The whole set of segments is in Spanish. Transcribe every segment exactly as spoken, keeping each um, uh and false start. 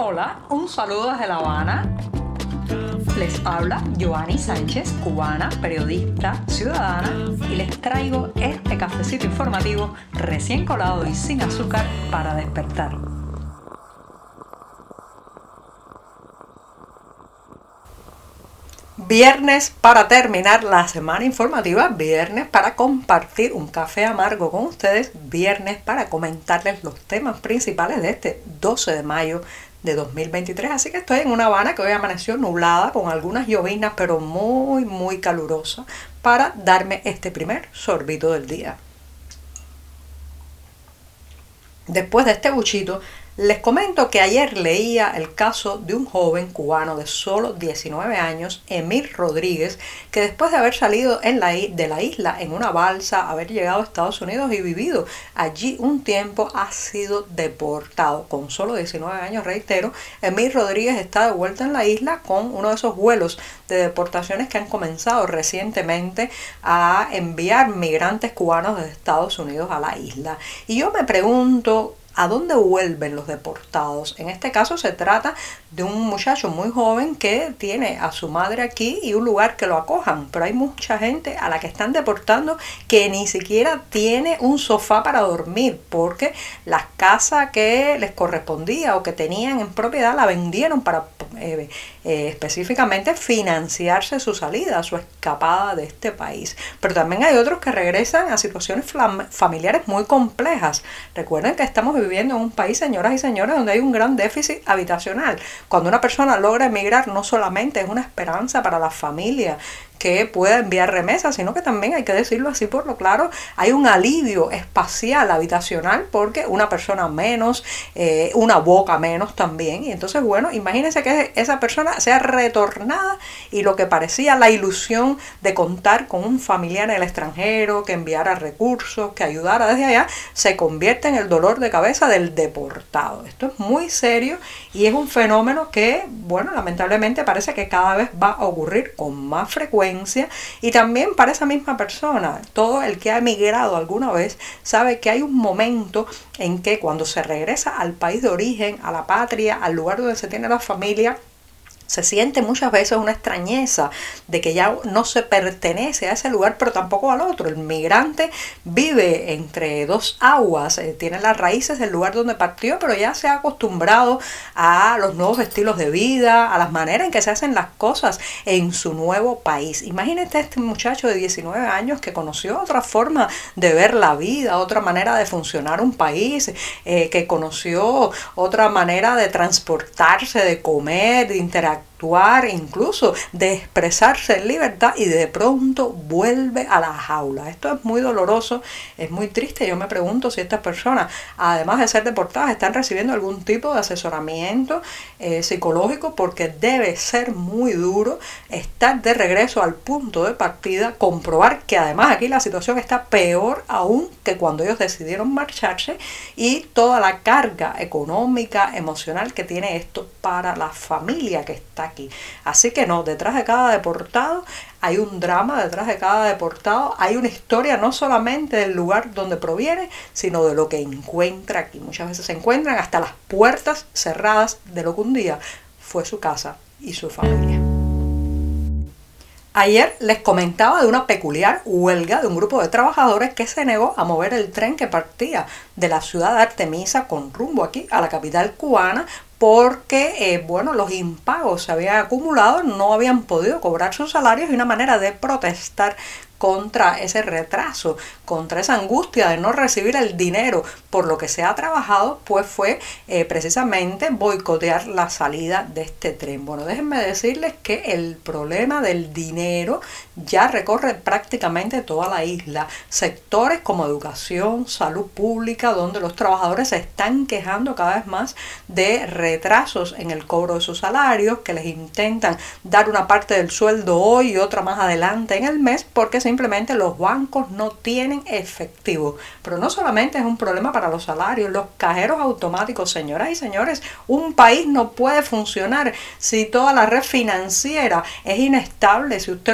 Hola, un saludo desde La Habana. Les habla Joanny Sánchez, cubana, periodista, ciudadana, y les traigo este cafecito informativo recién colado y sin azúcar para despertar. Viernes para terminar la semana informativa, viernes para compartir un café amargo con ustedes, viernes para comentarles los temas principales de este doce de mayo de dos mil veintitrés. Así que estoy en una Habana que hoy amaneció nublada con algunas lloviznas, pero muy muy calurosa, para darme este primer sorbito del día. Después de este buchito, les comento que ayer leía el caso de un joven cubano de solo diecinueve años, Emil Rodríguez, que después de haber salido en la, de la isla en una balsa, haber llegado a Estados Unidos y vivido allí un tiempo, ha sido deportado. Con solo diecinueve años, reitero, Emil Rodríguez está de vuelta en la isla con uno de esos vuelos de deportaciones que han comenzado recientemente a enviar migrantes cubanos desde Estados Unidos a la isla. Y yo me pregunto, ¿a dónde vuelven los deportados? En este caso se trata de un muchacho muy joven que tiene a su madre aquí y un lugar que lo acojan, pero hay mucha gente a la que están deportando que ni siquiera tiene un sofá para dormir, porque la casa que les correspondía o que tenían en propiedad la vendieron para eh, eh, específicamente financiarse su salida, su escapada de este país. Pero también hay otros que regresan a situaciones familiares muy complejas. Recuerden que estamos viviendo en un país, señoras y señores, donde hay un gran déficit habitacional. Cuando una persona logra emigrar, no solamente es una esperanza para la familia que pueda enviar remesas, sino que también, hay que decirlo así por lo claro, hay un alivio espacial, habitacional, porque una persona menos, eh, una boca menos también. Y entonces, bueno, imagínense que esa persona sea retornada y lo que parecía la ilusión de contar con un familiar en el extranjero, que enviara recursos, que ayudara desde allá, se convierte en el dolor de cabeza del deportado. Esto es muy serio y es un fenómeno que, bueno, lamentablemente parece que cada vez va a ocurrir con más frecuencia. Y también para esa misma persona, todo el que ha emigrado alguna vez sabe que hay un momento en que cuando se regresa al país de origen, a la patria, al lugar donde se tiene la familia, se siente muchas veces una extrañeza de que ya no se pertenece a ese lugar, pero tampoco al otro. El migrante vive entre dos aguas, eh, tiene las raíces del lugar donde partió, pero ya se ha acostumbrado a los nuevos estilos de vida, a las maneras en que se hacen las cosas en su nuevo país. Imagínate este muchacho de diecinueve años que conoció otra forma de ver la vida, otra manera de funcionar un país, eh, que conoció otra manera de transportarse, de comer, de interactuar, actuar, incluso de expresarse en libertad, y de pronto vuelve a la jaula. Esto es muy doloroso, es muy triste. Yo me pregunto si estas personas, además de ser deportadas, están recibiendo algún tipo de asesoramiento eh, psicológico, porque debe ser muy duro estar de regreso al punto de partida, comprobar que además aquí la situación está peor aún que cuando ellos decidieron marcharse, y toda la carga económica, emocional que tiene esto para la familia que está aquí. Así que no, detrás de cada deportado hay un drama, detrás de cada deportado hay una historia, no solamente del lugar donde proviene, sino de lo que encuentra aquí. Muchas veces se encuentran hasta las puertas cerradas de lo que un día fue su casa y su familia. Ayer les comentaba de una peculiar huelga de un grupo de trabajadores que se negó a mover el tren que partía de la ciudad de Artemisa con rumbo aquí a la capital cubana, porque, eh, bueno, los impagos se habían acumulado, no habían podido cobrar sus salarios, y una manera de protestar contra ese retraso, contra esa angustia de no recibir el dinero por lo que se ha trabajado, pues fue eh, precisamente boicotear la salida de este tren. Bueno, déjenme decirles que el problema del dinero ya recorre prácticamente toda la isla. Sectores como educación, salud pública, donde los trabajadores se están quejando cada vez más de retrasos en el cobro de sus salarios, que les intentan dar una parte del sueldo hoy y otra más adelante en el mes, porque simplemente los bancos no tienen efectivo. Pero no solamente es un problema para los salarios, los cajeros automáticos, señoras y señores, un país no puede funcionar si toda la red financiera es inestable, si usted no sabe si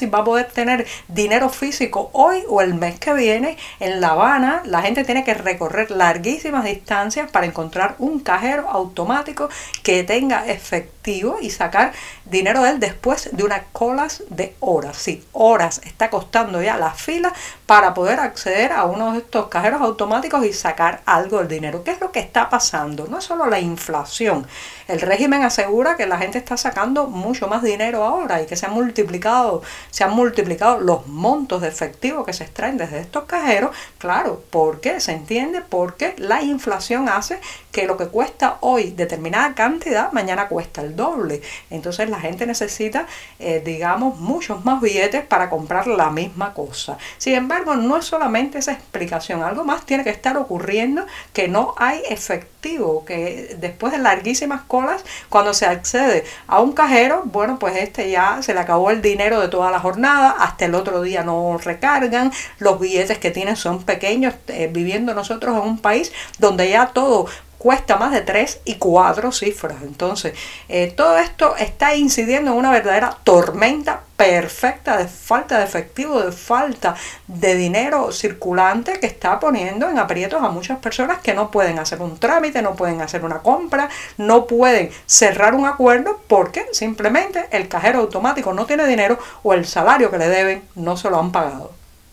si va a poder tener dinero físico hoy o el mes que viene. En La Habana la gente tiene que recorrer larguísimas distancias para encontrar un cajero automático que tenga efectivo y sacar dinero de él después de unas colas de horas. Sí, horas está costando ya la fila para poder acceder a uno de estos cajeros automáticos y sacar algo del dinero. ¿Qué es lo que está pasando? No es solo la inflación. El régimen asegura que la gente está sacando mucho más dinero ahora y que se han multiplicado, se han multiplicado los montos de efectivo que se extraen desde estos cajeros. Claro, ¿por qué? Se entiende porque la inflación hace que lo que cuesta hoy determinada cantidad, mañana cuesta el doble. Entonces la gente necesita, eh, digamos, muchos más billetes para comprar la misma cosa. Sin embargo, no es solamente esa explicación. Algo más tiene que estar ocurriendo, que no hay efectivo, que después de larguísimas colas, cuando se accede a un cajero, bueno, pues este ya se le acabó el dinero de toda la jornada, hasta el otro día no recargan, los billetes que tienen son pequeños, eh, viviendo nosotros en un país donde ya todo cuesta más de tres y cuatro cifras. Entonces, eh, todo esto está incidiendo en una verdadera tormenta perfecta de falta de efectivo, de falta de dinero circulante, que está poniendo en aprietos a muchas personas que no pueden hacer un trámite, no pueden hacer una compra, no pueden cerrar un acuerdo porque simplemente el cajero automático no tiene dinero o el salario que le deben no se lo han pagado.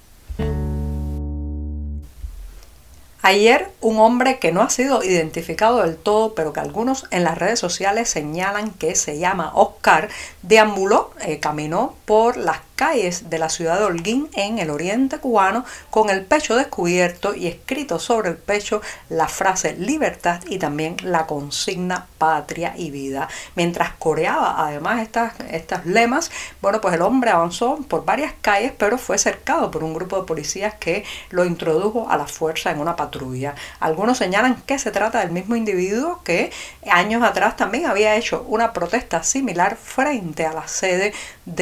Ayer, un hombre que no ha sido identificado del todo, pero que algunos en las redes sociales señalan que se llama Oscar, deambuló, eh, caminó por las calles de la ciudad de Holguín en el oriente cubano con el pecho descubierto y escrito sobre el pecho la frase libertad y también la consigna patria y vida. Mientras coreaba además estas, estas lemas, bueno, pues el hombre avanzó por varias calles, pero fue cercado por un grupo de policías que lo introdujo a la fuerza en una patrulla. Algunos señalan que se trata del mismo individuo que años atrás también había hecho una protesta similar frente a la sede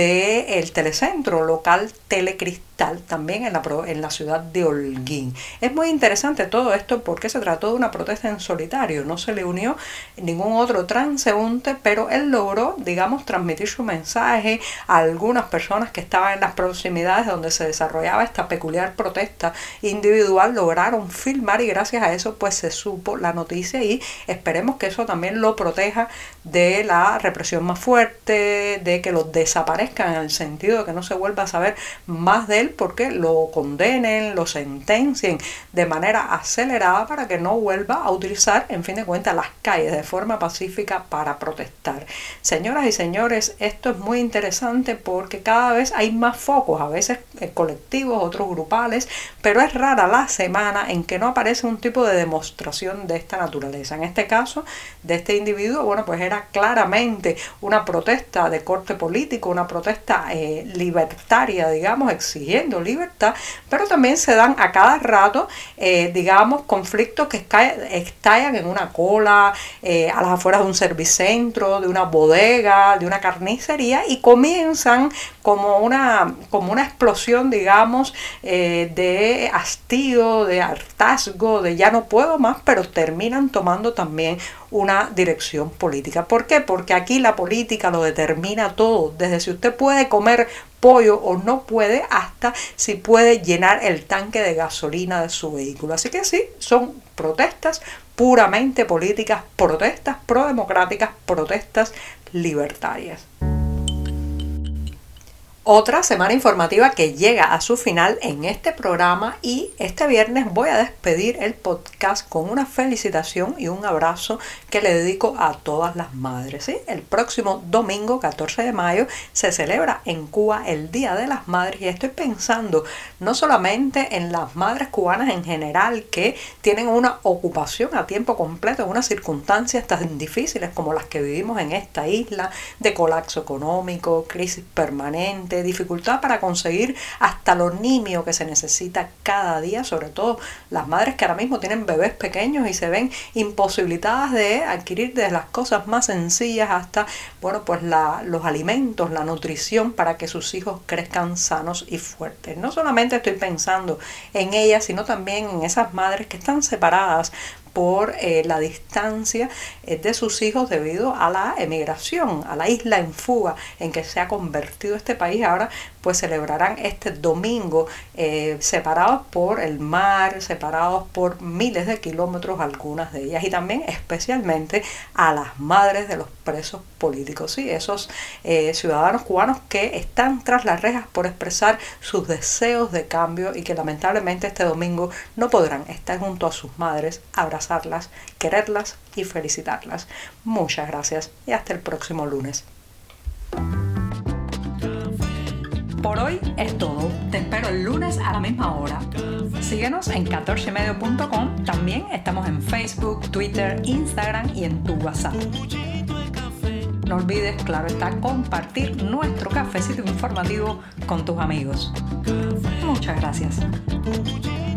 del telecentro local Telecristal, también en la, en la ciudad de Holguín. Es muy interesante todo esto porque se trató de una protesta en solitario, no se le unió ningún otro transeúnte, pero él logró, digamos, transmitir su mensaje a algunas personas que estaban en las proximidades donde se desarrollaba esta peculiar protesta individual, lograron filmar y gracias a eso pues se supo la noticia y esperemos que eso también lo proteja de la represión más fuerte, de que los desaparezcan en el sentido de que no se vuelva a saber más de él, porque lo condenen, lo sentencien de manera acelerada para que no vuelva a utilizar, en fin de cuentas, las calles de forma pacífica para protestar. Señoras y señores, esto es muy interesante porque cada vez hay más focos, a veces colectivos, otros grupales, pero es rara la semana en que no aparece un tipo de demostración de esta naturaleza. En este caso, de este individuo, bueno, pues era claramente una protesta de corte político, una protesta eh, libertaria, digamos, exigiendo libertad, pero también se dan a cada rato, eh, digamos, conflictos que estallan en una cola, eh, a las afueras de un servicentro, de una bodega, de una carnicería, y comienzan como una, como una explosión, digamos, eh, de hastío, de hartazgo, de ya no puedo más, pero terminan tomando también una dirección política. ¿Por qué? Porque aquí la política lo determina todo, desde si usted puede comer pollo o no puede, hasta si puede llenar el tanque de gasolina de su vehículo. Así que sí, son protestas puramente políticas, protestas prodemocráticas, protestas libertarias. Otra semana informativa que llega a su final en este programa, y este viernes voy a despedir el podcast con una felicitación y un abrazo que le dedico a todas las madres, ¿sí? El próximo domingo catorce de mayo se celebra en Cuba el Día de las Madres y estoy pensando no solamente en las madres cubanas en general que tienen una ocupación a tiempo completo en unas circunstancias tan difíciles como las que vivimos en esta isla, de colapso económico, crisis permanente, dificultad para conseguir hasta lo nimio que se necesita cada día, sobre todo las madres que ahora mismo tienen bebés pequeños y se ven imposibilitadas de adquirir desde las cosas más sencillas hasta, bueno, pues la, los alimentos, la nutrición para que sus hijos crezcan sanos y fuertes. No solamente estoy pensando en ellas, sino también en esas madres que están separadas por eh, la distancia eh, de sus hijos debido a la emigración, a la isla en fuga en que se ha convertido este país. Ahora pues celebrarán este domingo eh, separados por el mar, separados por miles de kilómetros algunas de ellas, y también especialmente a las madres de los presos políticos, ¿sí? Esos eh, ciudadanos cubanos que están tras las rejas por expresar sus deseos de cambio y que lamentablemente este domingo no podrán estar junto a sus madres, abrazarlas, quererlas y felicitarlas. Muchas gracias y hasta el próximo lunes. Por hoy es todo. Te espero el lunes a la misma hora. Síguenos en catorce y medio punto com. También estamos en Facebook, Twitter, Instagram y en tu WhatsApp. No olvides, claro está, compartir nuestro cafecito informativo con tus amigos. Muchas gracias.